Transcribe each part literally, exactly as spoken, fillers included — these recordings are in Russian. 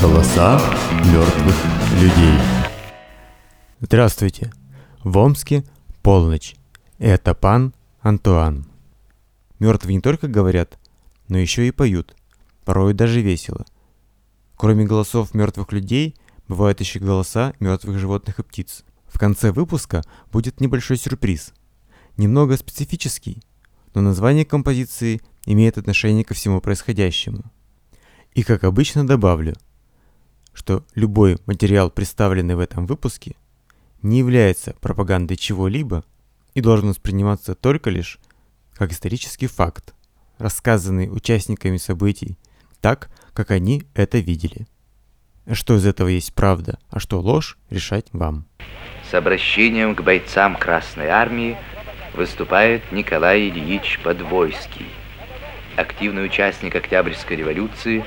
Голоса мертвых людей. Здравствуйте! В Омске полночь. Это пан Антуан. Мертвые не только говорят, но еще и поют. Порой даже весело. Кроме голосов мертвых людей, бывают еще голоса мертвых животных и птиц. В конце выпуска будет небольшой сюрприз. Немного специфический, но название композиции имеет отношение ко всему происходящему. И как обычно добавлю, что любой материал, представленный в этом выпуске, не является пропагандой чего-либо и должен восприниматься только лишь как исторический факт, рассказанный участниками событий так, как они это видели. Что из этого есть правда, а что ложь, решать вам. С обращением к бойцам Красной Армии выступает Николай Ильич Подвойский, активный участник Октябрьской революции,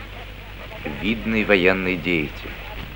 видный военный деятель.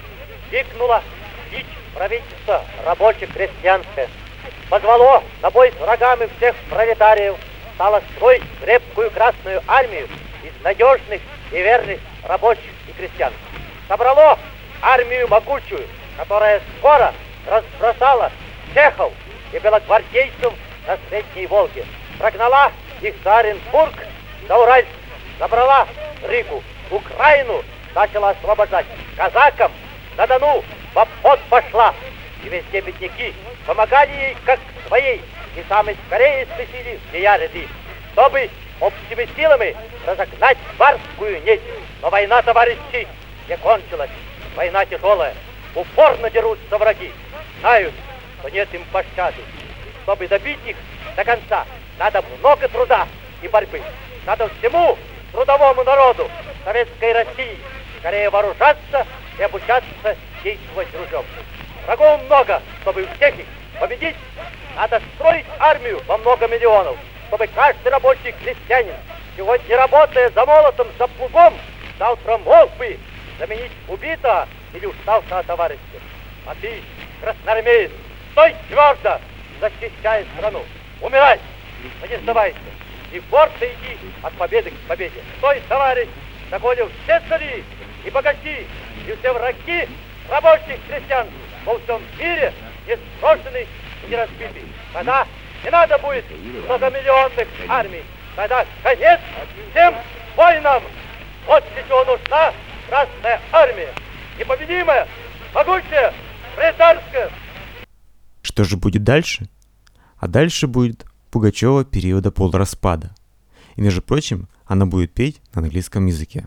Крикнуло бить правительство рабоче-крестьянское, позвало на бой с врагами всех пролетариев, стало строить крепкую Красную Армию из надежных и верных рабочих и крестьян. Собрало армию могучую, которая скоро разбросала чехов и белогвардейцев на Средней Волге, прогнала их за Оренбург, за Уральск, забрала Ригу, Украину начала освобождать, казакам на Дону в обход пошла, и везде бедняки помогали ей как своей, и самые скорее спасили сия ряды, чтобы общими силами разогнать барскую нить. Но война, товарищи, не кончилась. Война тяжелая. Упорно дерутся враги. Знают, что нет им пощады. Чтобы добить их до конца, надо много труда и борьбы. Надо всему трудовому народу Советской России скорее вооружаться и обучаться действовать ружьем. Врагов много, чтобы всех их победить. Надо строить армию во много миллионов, чтобы каждый рабочий крестьянин, сегодня работая за молотом, за плугом, завтра мог бы заменить убитого или уставшего товарища. А ты, красноармеец, стой твердо, защищай страну. Умирай, но не сдавайся. И гордо иди от победы к победе. Стой, товарищ, догоним все цари и богачи, и все враги рабочих крестьян во всем мире не сброшены и не разбиты. Тогда не надо будет многомиллионных армий. Тогда конец всем войнам. Вот для чего нужна Красная Армия. Непобедимая, могучая, пролетарская. Что же будет дальше? А дальше будет Пугачева периода полураспада. И, между прочим, она будет петь на английском языке.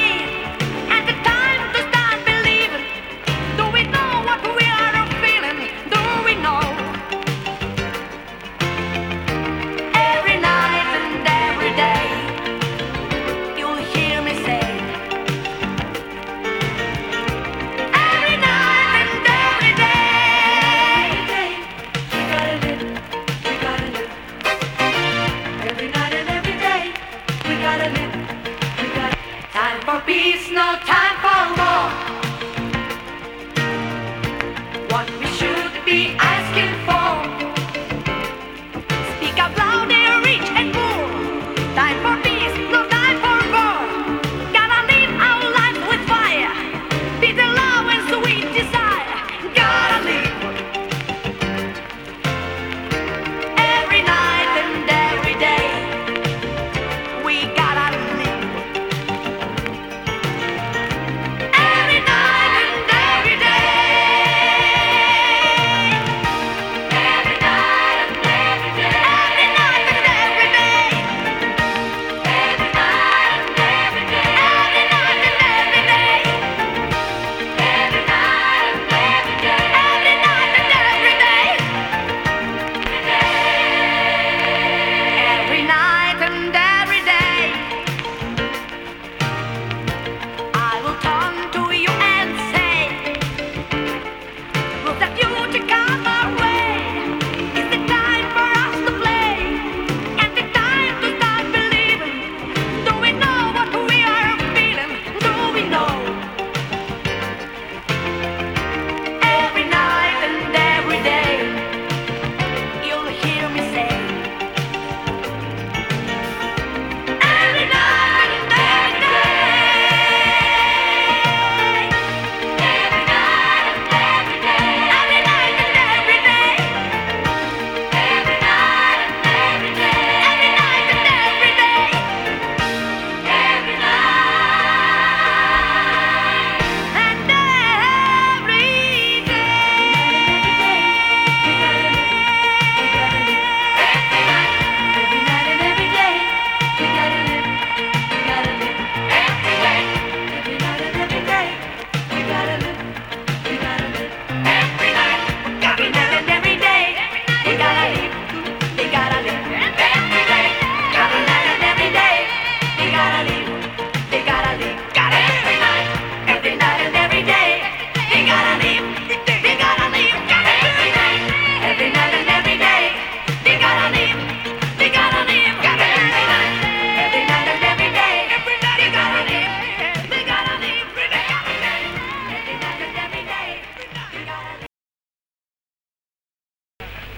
Do we know what we are feeling?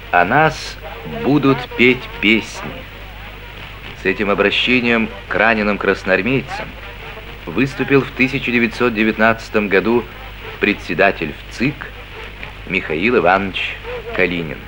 О нас будут петь песни. С этим обращением к раненым красноармейцам выступил в тысяча девятьсот девятнадцатом году председатель в ЦИК Михаил Иванович Калинин.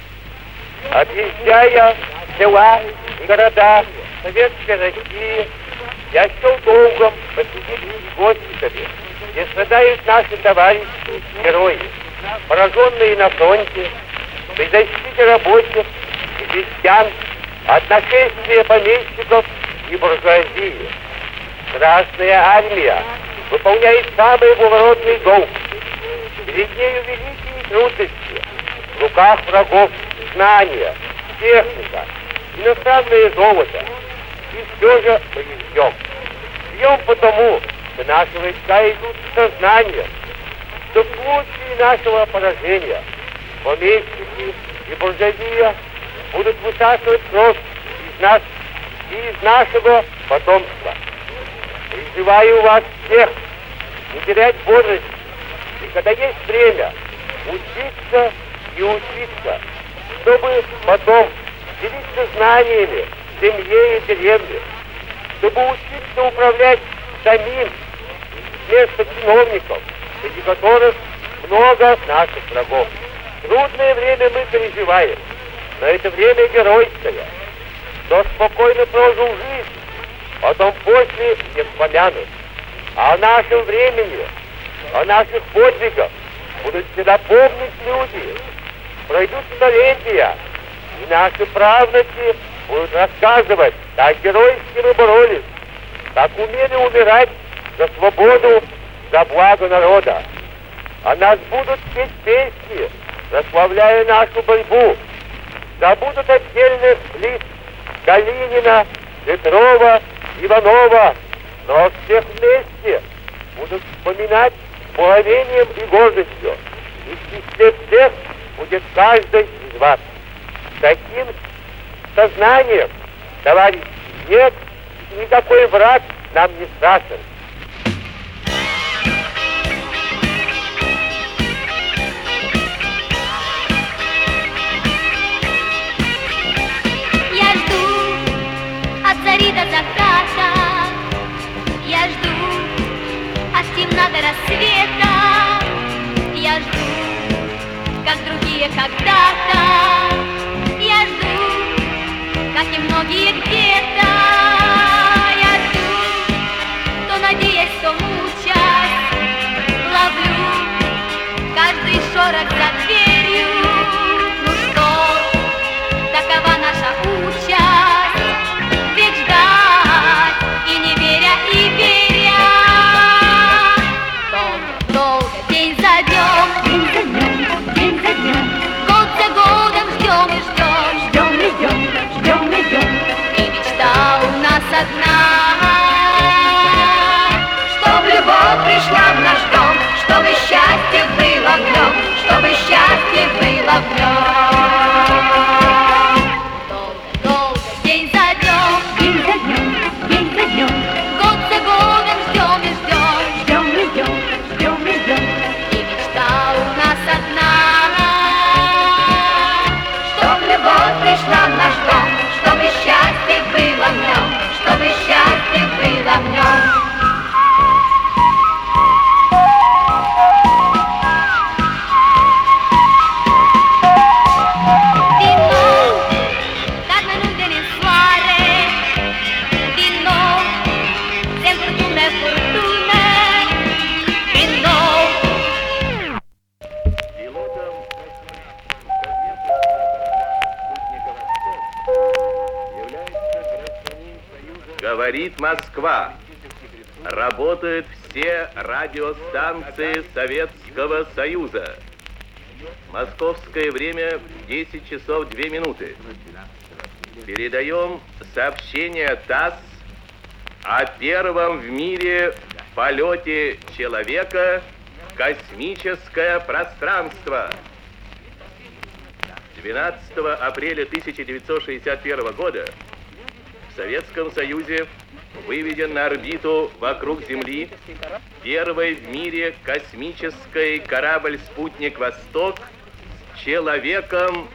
Объезжая села и города Советской России, я счел долгом посетить госпитали, где страдают наши товарищи, герои, пораженные на фронте, при защите рабочих и крестьян от нашествия помещиков и буржуазии. Красная армия выполняет самый благородный долг. Перед нею великие трудности. В руках врагов знания, техника, иностранное золото. И все же мы не ждем. Ждем потому, что наши войска идут с сознанием, что в случае нашего поражения помещики и буржуазия будут высасывать кровь из нас и из нашего потомства. Призываю вас всех не терять бодрости, и когда есть время, учиться и учиться, чтобы потом делиться знаниями в семье и деревне, чтобы учиться управлять самим вместо чиновников, среди которых много наших врагов. Трудное время мы переживаем, но это время геройское. Кто спокойно прожил жизнь, потом после не вспомянут. А о нашем времени, о наших подвигах будут всегда помнить люди. Пройдут столетия, и наши правнуки будут рассказывать, как геройски мы боролись, как умели умирать за свободу, за благо народа. О нас будут петь песни, прославляя нашу борьбу. Забудут отдельных лиц Калинина, Петрова, Иванова, но всех вместе будут вспоминать с благовением и гордостью. И в числе всех будет каждый из вас. Таким сознанием, товарищи, нет, никакой враг нам не страшен. До заката я жду, от темна до рассвета. Я жду, как другие когда-то. Я жду, как и многие где-то. Я жду, то надеясь, то мучаясь, ловлю каждый шорох за дверью. Ну что, такова наша участь. И не веря, и веря, долго-долго, день за днем, день за днем, день за днем, год за годом ждем и ждем, ждем и ждем, ждем и ждем. И мечта у нас одна, чтоб любовь пришла в наш дом, чтобы счастье было в нем, чтобы счастье было в нем. Пришла в наш дом, чтобы счастье было в нем, чтобы счастье было в нем. Говорит Москва. Работают все радиостанции Советского Союза. Московское время десять часов две минуты. Передаем сообщение ТАСС о первом в мире полете человека в космическое пространство. двенадцатого апреля тысяча девятьсот шестьдесят первого года в Советском Союзе выведен на орбиту вокруг Земли первый в мире космический корабль «Спутник Восток» с человеком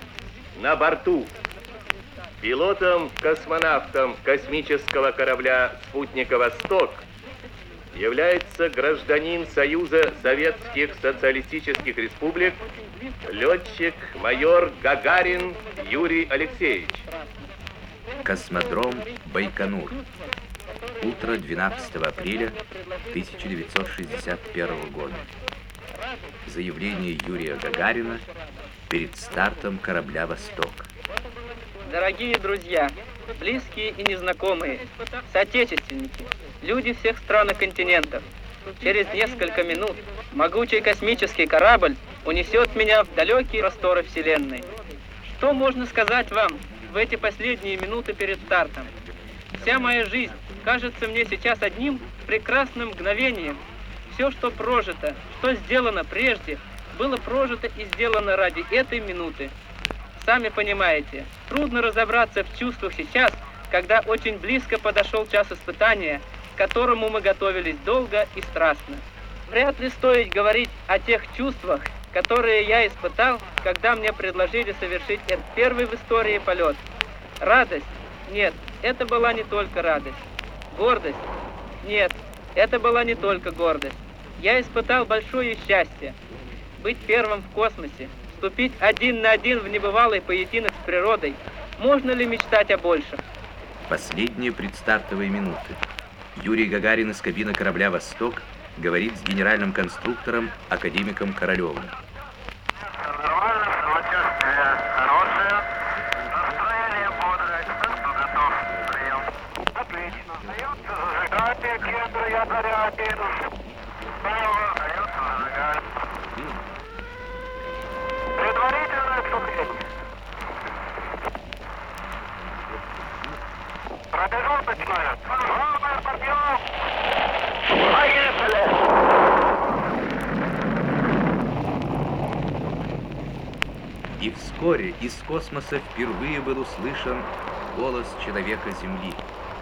на борту. Пилотом-космонавтом космического корабля «Спутника Восток» является гражданин Союза Советских Социалистических Республик, летчик-майор Гагарин Юрий Алексеевич. Космодром Байконур. Утро двенадцатого апреля тысяча девятьсот шестьдесят первого года. Заявление Юрия Гагарина перед стартом корабля «Восток». Дорогие друзья, близкие и незнакомые, соотечественники, люди всех стран и континентов, через несколько минут могучий космический корабль унесет меня в далекие просторы Вселенной. Что можно сказать вам в эти последние минуты перед стартом? Вся моя жизнь кажется мне сейчас одним прекрасным мгновением. Все, что прожито, что сделано прежде, было прожито и сделано ради этой минуты. Сами понимаете, трудно разобраться в чувствах сейчас, когда очень близко подошел час испытания, к которому мы готовились долго и страстно. Вряд ли стоит говорить о тех чувствах, которые я испытал, когда мне предложили совершить этот первый в истории полет. Радость? Нет, это была не только радость. Гордость? Нет, это была не только гордость. Я испытал большое счастье быть первым в космосе, вступить один на один в небывалый поединок с природой. Можно ли мечтать о большем? Последние предстартовые минуты. Юрий Гагарин из кабины корабля «Восток» говорит с генеральным конструктором, академиком Королевым. Нормально, самочувствие хорошее, настроение бодрое, кто готов, прием. Отлично. Дается зажигание, кедр, я заряден. Снова дается зажигание. Предварительное вступление. Промежуточное. Главное, подъем. Поехали. И вскоре из космоса впервые был услышан голос человека Земли.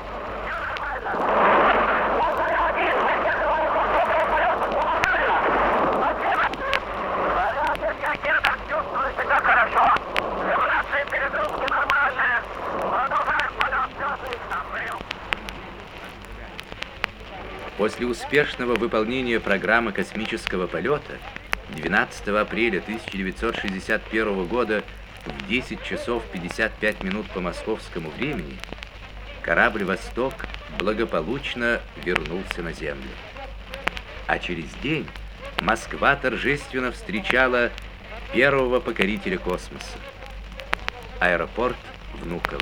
После успешного выполнения программы космического полета двенадцатого апреля тысяча девятьсот шестьдесят первого года в десять часов пятьдесят пять минут по московскому времени корабль «Восток» благополучно вернулся на Землю. А через день Москва торжественно встречала первого покорителя космоса. Аэропорт Внуково.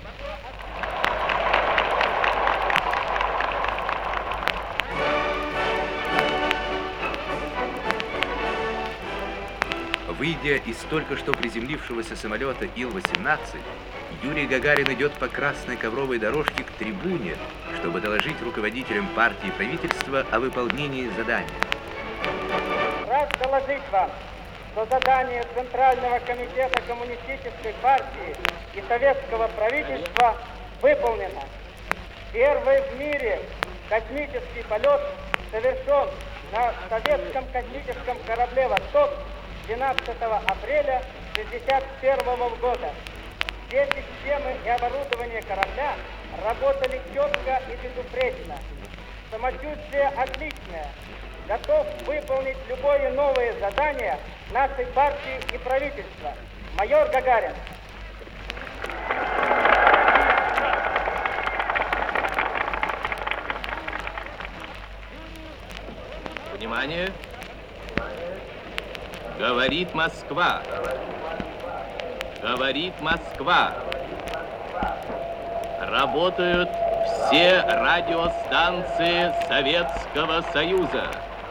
Выйдя из только что приземлившегося самолета Ил восемнадцать, Юрий Гагарин идет по красной ковровой дорожке к трибуне, чтобы доложить руководителям партии и правительства о выполнении задания. Рад доложить вам, что задание Центрального комитета Коммунистической партии и Советского правительства выполнено. Первый в мире космический полет совершен на советском космическом корабле «Восток» двенадцатого апреля шестьдесят первого года. Все системы и оборудование корабля работали четко и безупречно. Самочувствие отличное. Готов выполнить любое новое задание нашей партии и правительства. Майор Гагарин. Внимание! Говорит Москва. Говорит Москва. Работают все радиостанции Советского Союза.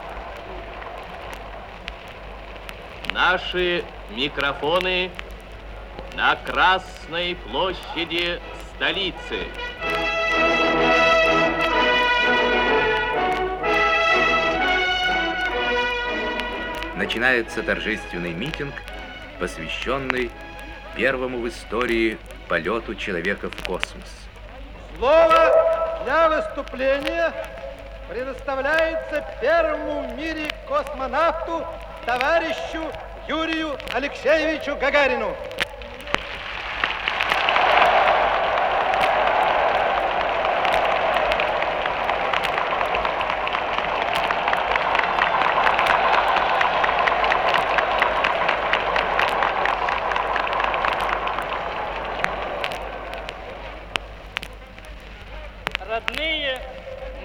Наши микрофоны на Красной площади столицы. Начинается торжественный митинг, посвященный первому в истории полету человека в космос. Слово для выступления предоставляется первому в мире космонавту товарищу Юрию Алексеевичу Гагарину.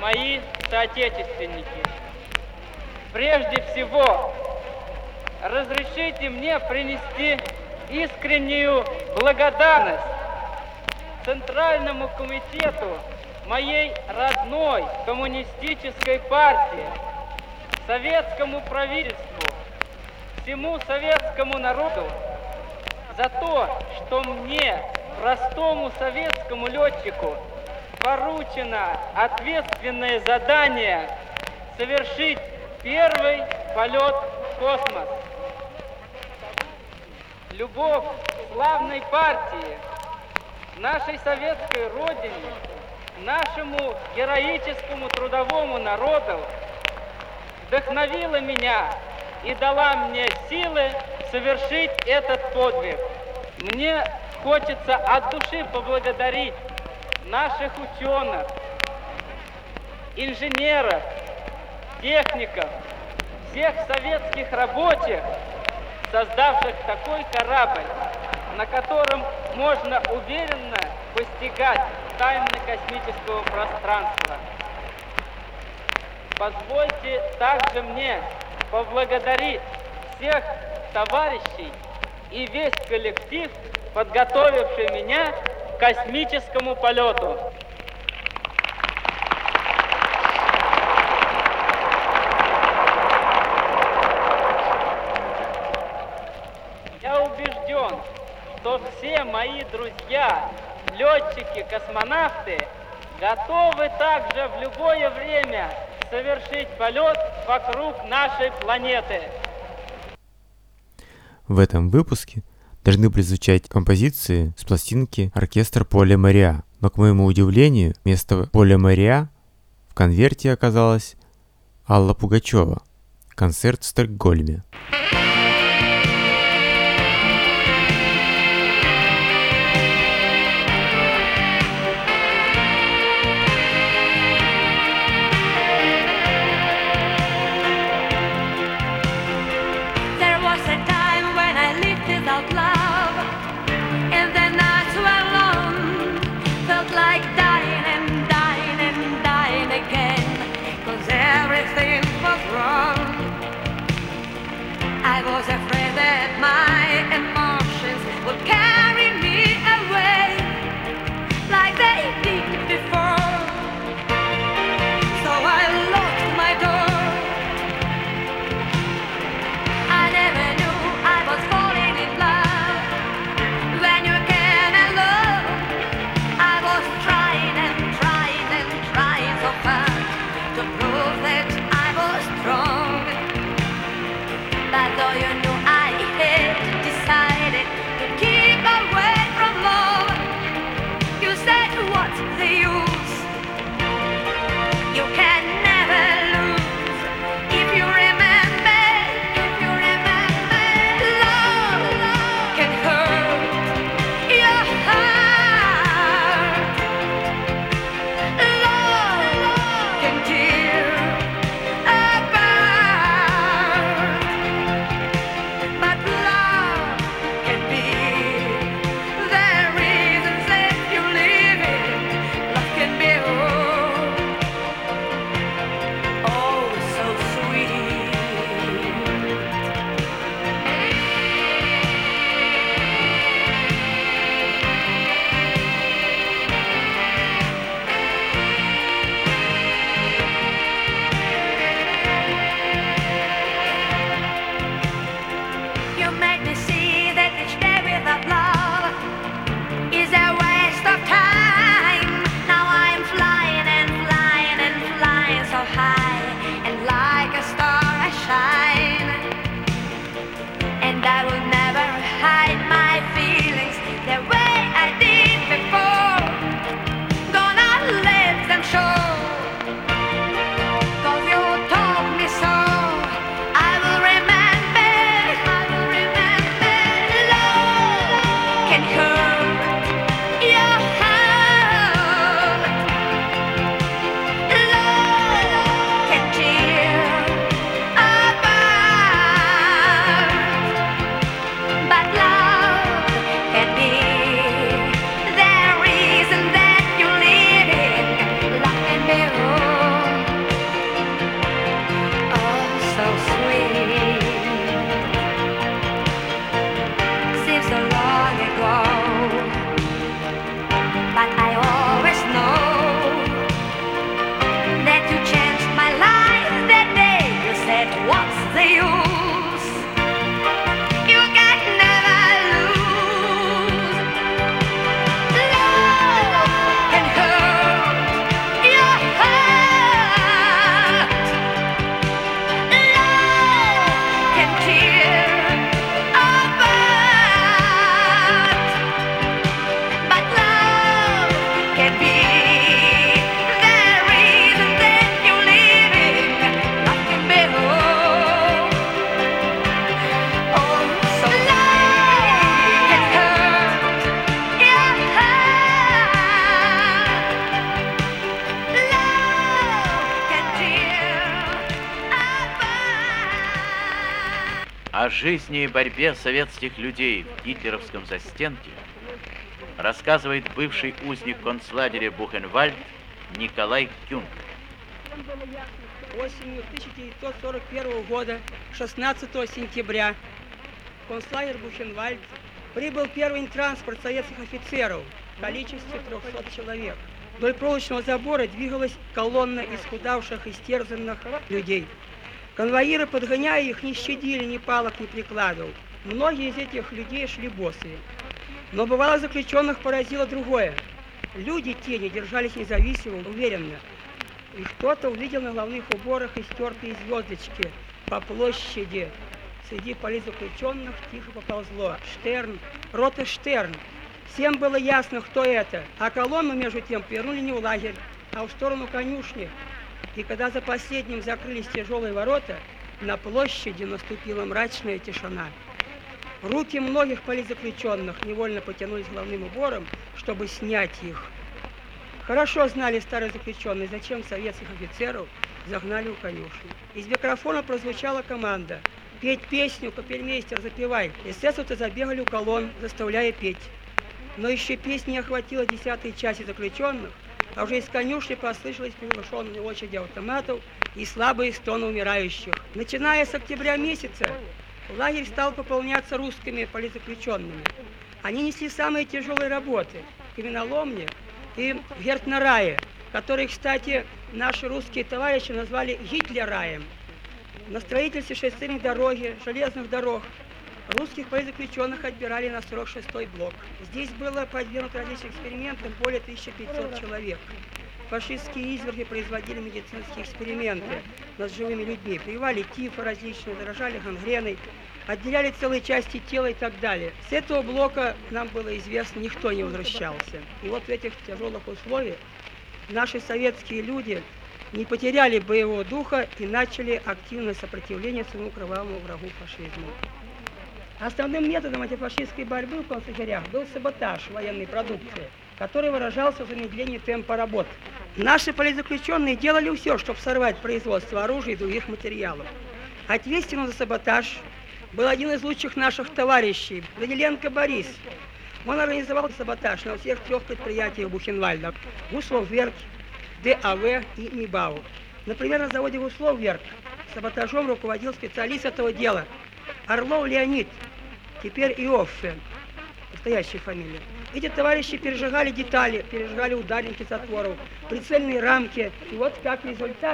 мои соотечественники, прежде всего, разрешите мне принести искреннюю благодарность Центральному комитету моей родной коммунистической партии, советскому правительству, всему советскому народу за то, что мне, простому советскому летчику, поручено ответственное задание совершить первый полет в космос. Любовь славной партии, нашей советской родине, нашему героическому трудовому народу вдохновила меня и дала мне силы совершить этот подвиг. Мне хочется от души поблагодарить наших ученых, инженеров, техников, всех советских рабочих, создавших такой корабль, на котором можно уверенно постигать тайны космического пространства. Позвольте также мне поблагодарить всех товарищей и весь коллектив, подготовивший меня к космическому полету. Я убежден, что все мои друзья, летчики, космонавты, готовы также в любое время совершить полет вокруг нашей планеты. В этом выпуске должны были звучать композиции с пластинки оркестра Поля Мориа, но, к моему удивлению, вместо Поля Мориа в конверте оказалась Алла Пугачева. Концерт в Стокгольме. I was afraid that my emotions would carry me away like they did before. So I locked my door. I never knew I was falling in love. When you came along, I was trying and trying and trying so hard to prove that I was strong. But though you knew I had decided to keep away from love, you said, what's the use? You can never lose. If you remember, if you remember, love can hurt your heart. Love can tear apart. But love can be the reasons that you live in. Love can be oh, oh so sweet. You made me see that each day without love is a waste of time. Now I'm flying and flying and flying so high, and like a star I shine. And I will never hide my feelings the way I did before. Gonna let them show. 'Cause you told me so. I will remember, I will remember. Love can hurt your heart. Love can tear apart. But love can be the reason that you live in. Love can be oh, жизни и борьбе советских людей в гитлеровском застенке рассказывает бывший узник концлагеря Бухенвальд Николай Кюнг. Осенью тысяча девятьсот сорок первого года, шестнадцатого сентября, в концлагерь Бухенвальд прибыл первый транспорт советских офицеров в количестве трехсот человек. Вдоль проволочного забора двигалась колонна исхудавших, истерзанных людей. Конвоиры, подгоняя их, не щадили ни палок, ни прикладов. Многие из этих людей шли босые. Но бывало, заключенных поразило другое. Люди те не держались независимо, уверенно. И кто-то увидел на головных уборах истертые звездочки по площади. Среди политзаключенных тихо поползло: Штерн, рота Штерн. Всем было ясно, кто это. А колонну, между тем, повернули не в лагерь, а в сторону конюшни. И когда за последним закрылись тяжелые ворота, на площади наступила мрачная тишина. Руки многих политзаключенных невольно потянулись к головным уборам, чтобы снять их. Хорошо знали старые заключенные, зачем советских офицеров загнали у конюшни. Из микрофона прозвучала команда: «Петь песню, капельмейстер, запевай». Эсэсовцы забегали у колонн, заставляя петь. Но еще песни не охватила десятой части заключенных, а уже из конюшни послышались приглушенные очереди автоматов и слабые стоны умирающих. Начиная с октября месяца, лагерь стал пополняться русскими политзаключенными. Они несли самые тяжелые работы в каменоломне и в Гертнарае, которые, кстати, наши русские товарищи назвали Гитлераем. На строительстве шоссейной дороги, железных дорог русских политзаключенных отбирали на сорок шестой блок. Здесь было подвергнуто различным экспериментам более тысячи пятисот человек. Фашистские изверги производили медицинские эксперименты над живыми людьми, прививали тифы различные, заражали гангреной, отделяли целые части тела и так далее. С этого блока, нам было известно, никто не возвращался. И вот в этих тяжелых условиях наши советские люди не потеряли боевого духа и начали активное сопротивление своему кровавому врагу фашизму. Основным методом антифашистской борьбы в концлагерях был саботаж военной продукции, который выражался в замедлении темпа работ. Наши политзаключенные делали все, чтобы сорвать производство оружия и других материалов. Ответственным за саботаж был один из лучших наших товарищей, Даниленко Борис. Он организовал саботаж на всех трех предприятиях Бухенвальда: Гусловверк, ДАВ и МИБАУ. Например, на заводе Гусловверк саботажом руководил специалист этого дела Орлов Леонид, теперь Иоффе, настоящая фамилия. Эти товарищи пережигали детали, пережигали ударники затворов, прицельные рамки. И вот как результат,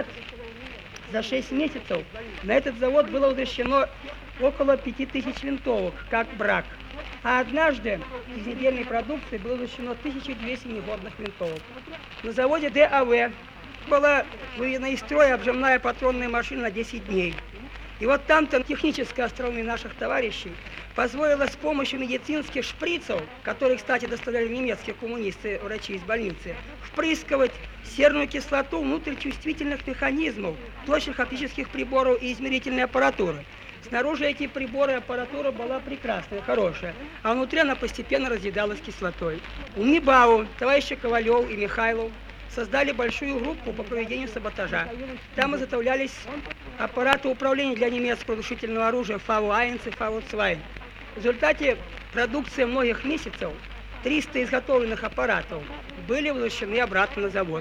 за шесть месяцев на этот завод было возвращено около пяти тысяч винтовок, как брак. А однажды из недельной продукции было возвращено тысяча двести негодных винтовок. На заводе ДАВ была выведена из строя обжимная патронная машина на десять дней. И вот там-то техническое остроумие наших товарищей позволило с помощью медицинских шприцев, которые, кстати, доставляли немецкие коммунисты, врачи из больницы, впрыскивать серную кислоту внутрь чувствительных механизмов, точных оптических приборов и измерительной аппаратуры. Снаружи эти приборы и аппаратура была прекрасная, хорошая, а внутри она постепенно разъедалась кислотой. У МИБАУ товарищи Ковалев и Михайлов создали большую группу по проведению саботажа. Там изготовлялись аппараты управления для немецкого разрушительного оружия ФАУ-один и ФАУ-два. В результате продукции многих месяцев, триста изготовленных аппаратов, были возвращены обратно на завод.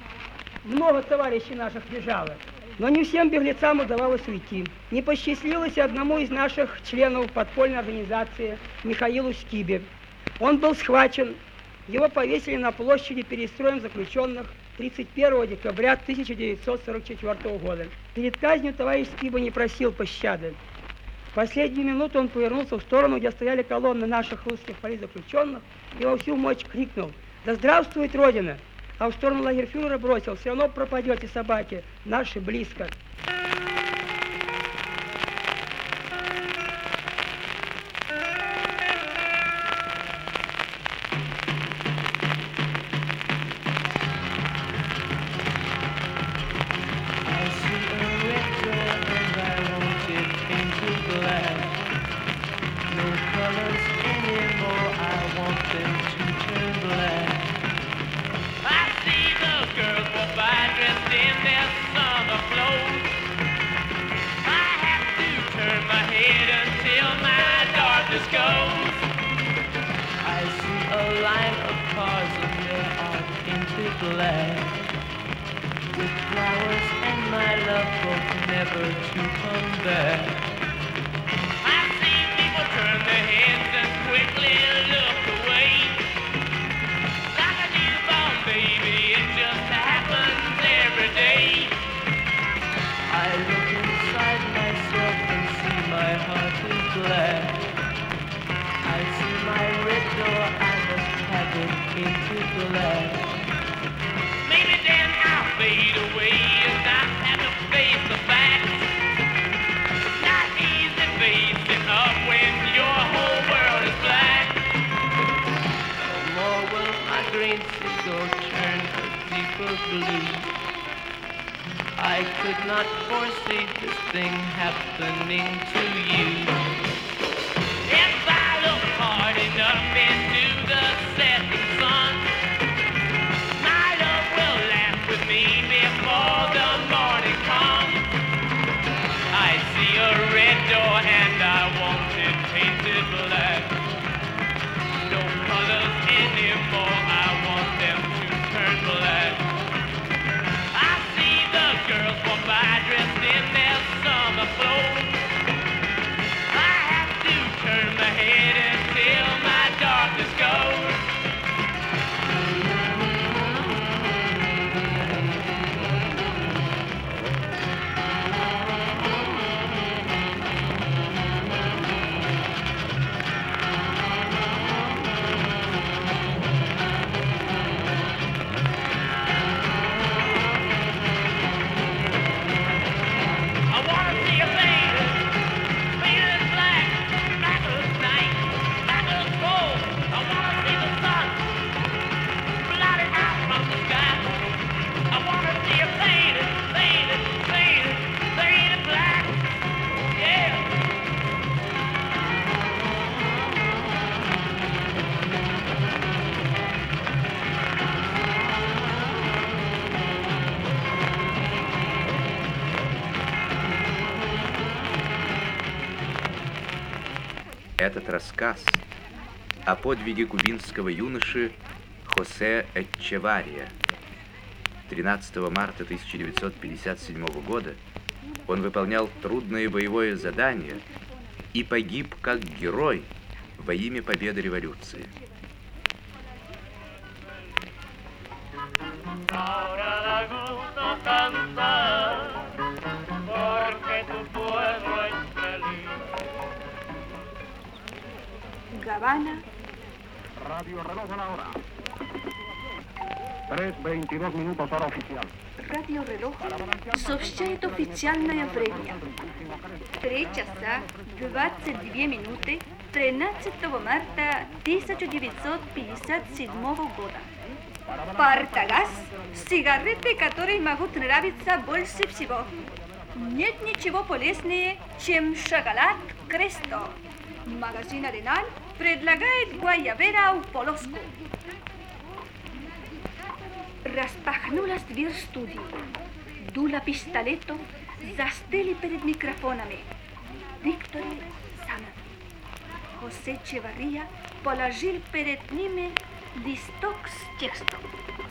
Много товарищей наших бежало, но не всем беглецам удавалось уйти. Не посчастливилось одному из наших членов подпольной организации Михаилу Скибе. Он был схвачен. Его повесили на площади перед строем заключенных тридцать первого декабря тысяча девятьсот сорок четвёртого года. Перед казнью товарищ Скиба не просил пощады. В последнюю минуту он повернулся в сторону, где стояли колонны наших русских политзаключенных, и во всю мощь крикнул: «Да здравствует Родина!» А в сторону лагерфюрера бросил: «Все равно пропадете, собаки, наши близко». Turn my head until line of cars and they are painted black with flowers and my love hope never to come back. I've seen people turn their heads and quickly look away. Like a newborn baby, it just happens every day. I look inside myself and see my heart is black. I see my red door, I must have it painted black. Maybe then I'll fade away and I'll have to face the facts. It's not easy facing up when your whole world is black. No more will my green seagull turn a deeper blue. I could not foresee this thing happening to you. If I look hard enough into the setting sun, my love will laugh with me before the morning comes. I see a red door and I want it painted black. No colors anymore, I want them to turn black. I see the girls walk by dressed in their summer clothes. I have to turn my head until my darkness goes. Этот рассказ о подвиге кубинского юноши Хосе Эчевария. тринадцатого марта тысяча девятьсот пятьдесят седьмого года он выполнял трудное боевое задание и погиб как герой во имя победы революции. Гавана. Radio reloj a la hora. tres veintidós minutos hora oficial. Радио Релох сообщает официальное время. три часа двадцать две минуты тринадцатого марта тысяча девятьсот пятьдесят седьмого года. Партагас – сигареты, которые могут нравиться больше всего. Нет ничего полезнее, чем шоколад Кресто. Магазин Аренал предлагает гуайабера у полоску. Распахнулась дверь студии. Дула пистолетов застыли перед микрофонами. Виктор Саммер. Хосе Эчевария положил перед ними листок с текстом.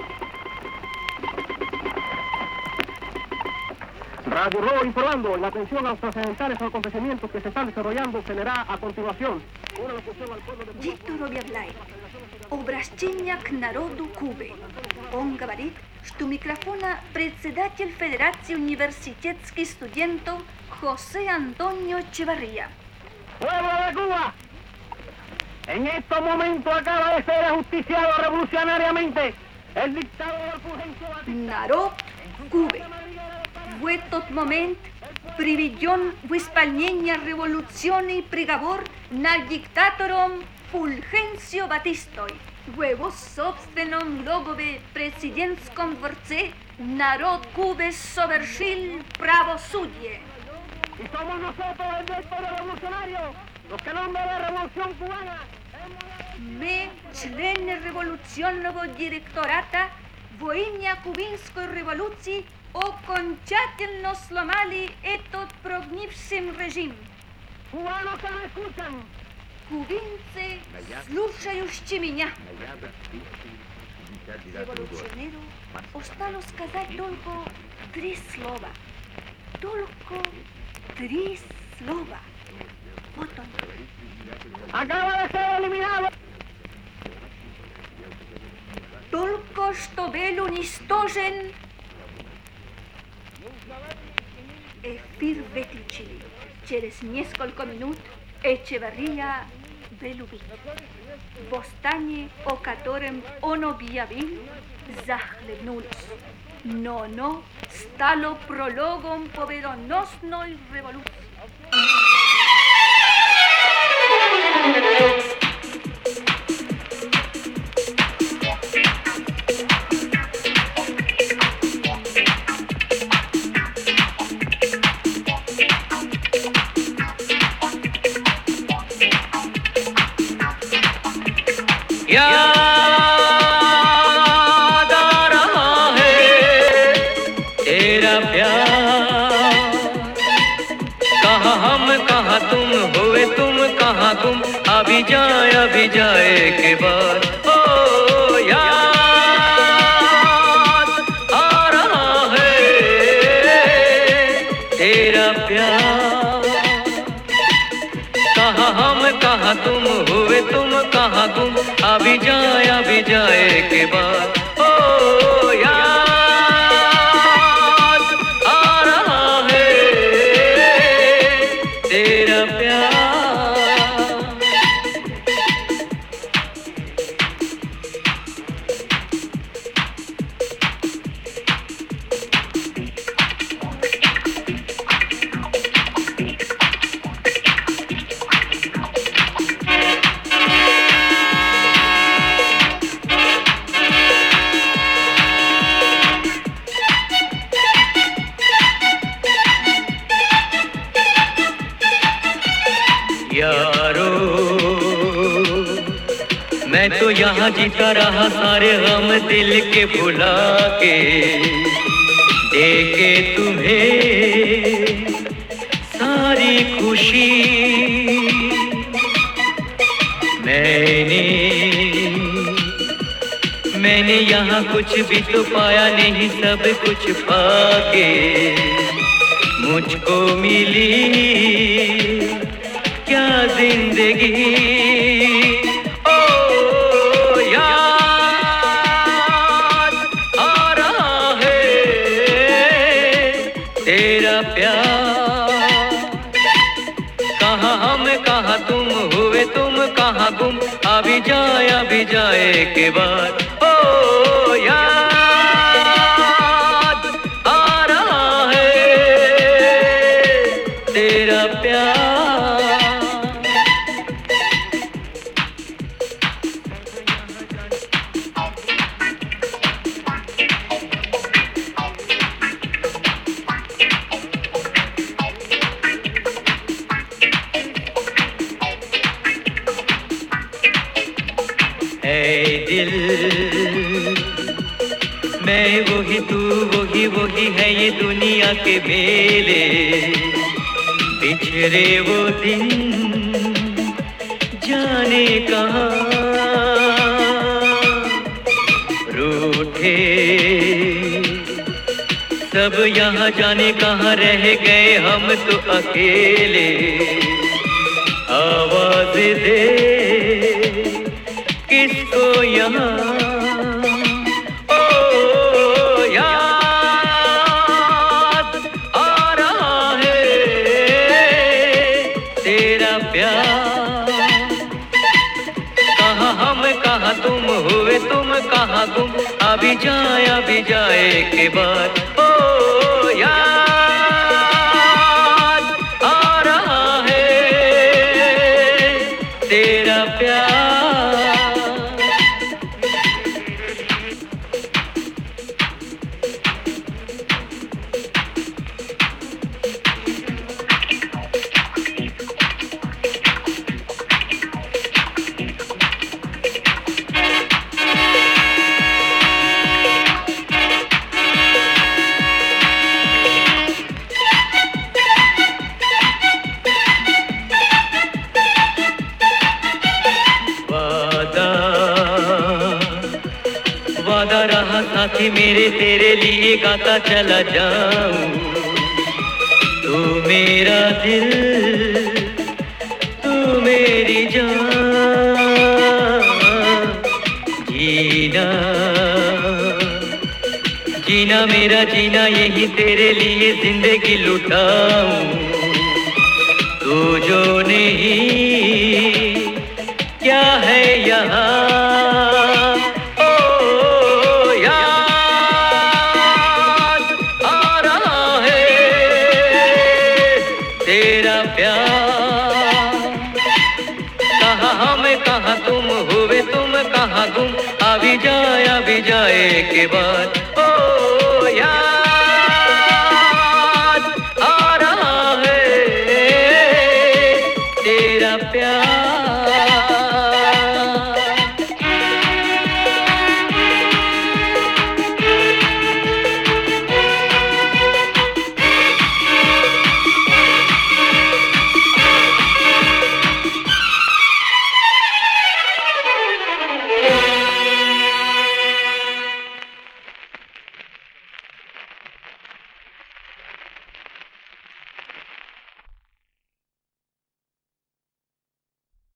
Radio Reloj informando, la atención a los trascendentales acontecimientos que se están desarrollando se leerá a continuación. Una locución al pueblo de... Диктор объявляет. Обращение к народу Кубы. Он говорит, что у микрофона председатель Федерации университетских студентов Хосе Антонио Эчевария. ¡Pueblo de Cuba! En estos momentos acaba de ser ajusticiado revolucionariamente el dictador Fulgencio Batista. Народ Кубы. В этот момент приведен в исполнение революционный приговор над диктатором Фульхенсио Батистой. В его собственном логове президентском дворце народ Кубы совершил правосудие. Y somos nosotros el directorio revolucionario, los que en nombre de la revolución cubana. Мы, члены революционного директората, во имя кубинской революции окончательно сломали этот прогнивший режим. Cubanos que me escuchan, Кубинцы, слушающие меня. Революционеру осталось сказать только три слова. Только три слова. Вот он. Acaba de ser eliminado. Только что был уничтожен. Эфир выключили. Через несколько минут Эчеверría был убит. Восстание, о котором он объявил, захлебнулось. Но no стало прологом победоносной революции. याद आ रहा है तेरा प्यार, कहाँ हम कहाँ तुम हुए तुम कहाँ गुम, अभी जाए अभी जाए के बाद ओ याद आ रहा है तेरा प्यार, कहाँ हम कहाँ तुम हुए तुम कहाँ गुम, अभी जाए अभी जाए के बाद ओ याद आ रहा है तेरा प्यार। यारो मैं तो यहाँ जीता रहा सारे गम दिल के भुला के, देके तुम्हें सारी खुशी मैंने मैंने यहाँ कुछ भी तो पाया नहीं, सब कुछ पाके मुझको मिली क्या जिंदगी ओ याद आ रहा है तेरा प्यार, कहाँ हम कहाँ तुम हुए तुम कहाँ गुम, अभी जाए अभी जाए के बाद ओ याद आ रहा है तेरा प्यार। दिल मैं वही तू वही वही है ये दुनिया के मेले, बिछड़े वो दिन जाने कहाँ, रूठे सब यहाँ जाने कहाँ रह गए हम तो अकेले, आवाज दे किसको यहाँ ओ याद आ रहा है तेरा प्यार, कहाँ हम कहाँ तुम हुए तुम कहाँ गुम, अभी जाए अभी जाए के बाद ओ याद आ रहा है तेरा प्यार। वादा रहा साथी मेरे तेरे लिए गाता चला जाऊं तू मेरा दिल तू मेरी जान जीना जीना मेरा जीना यही तेरे लिए जिंदगी लुटाऊं तू जो नहीं क्या है यहाँ ओ याद आ रहा है तेरा प्यार कहाँ हम कहाँ तुम हुए तुम कहाँ गुम आ भी जाए आ भी जाए के बाद ओ याद आ रहा है तेरा प्यार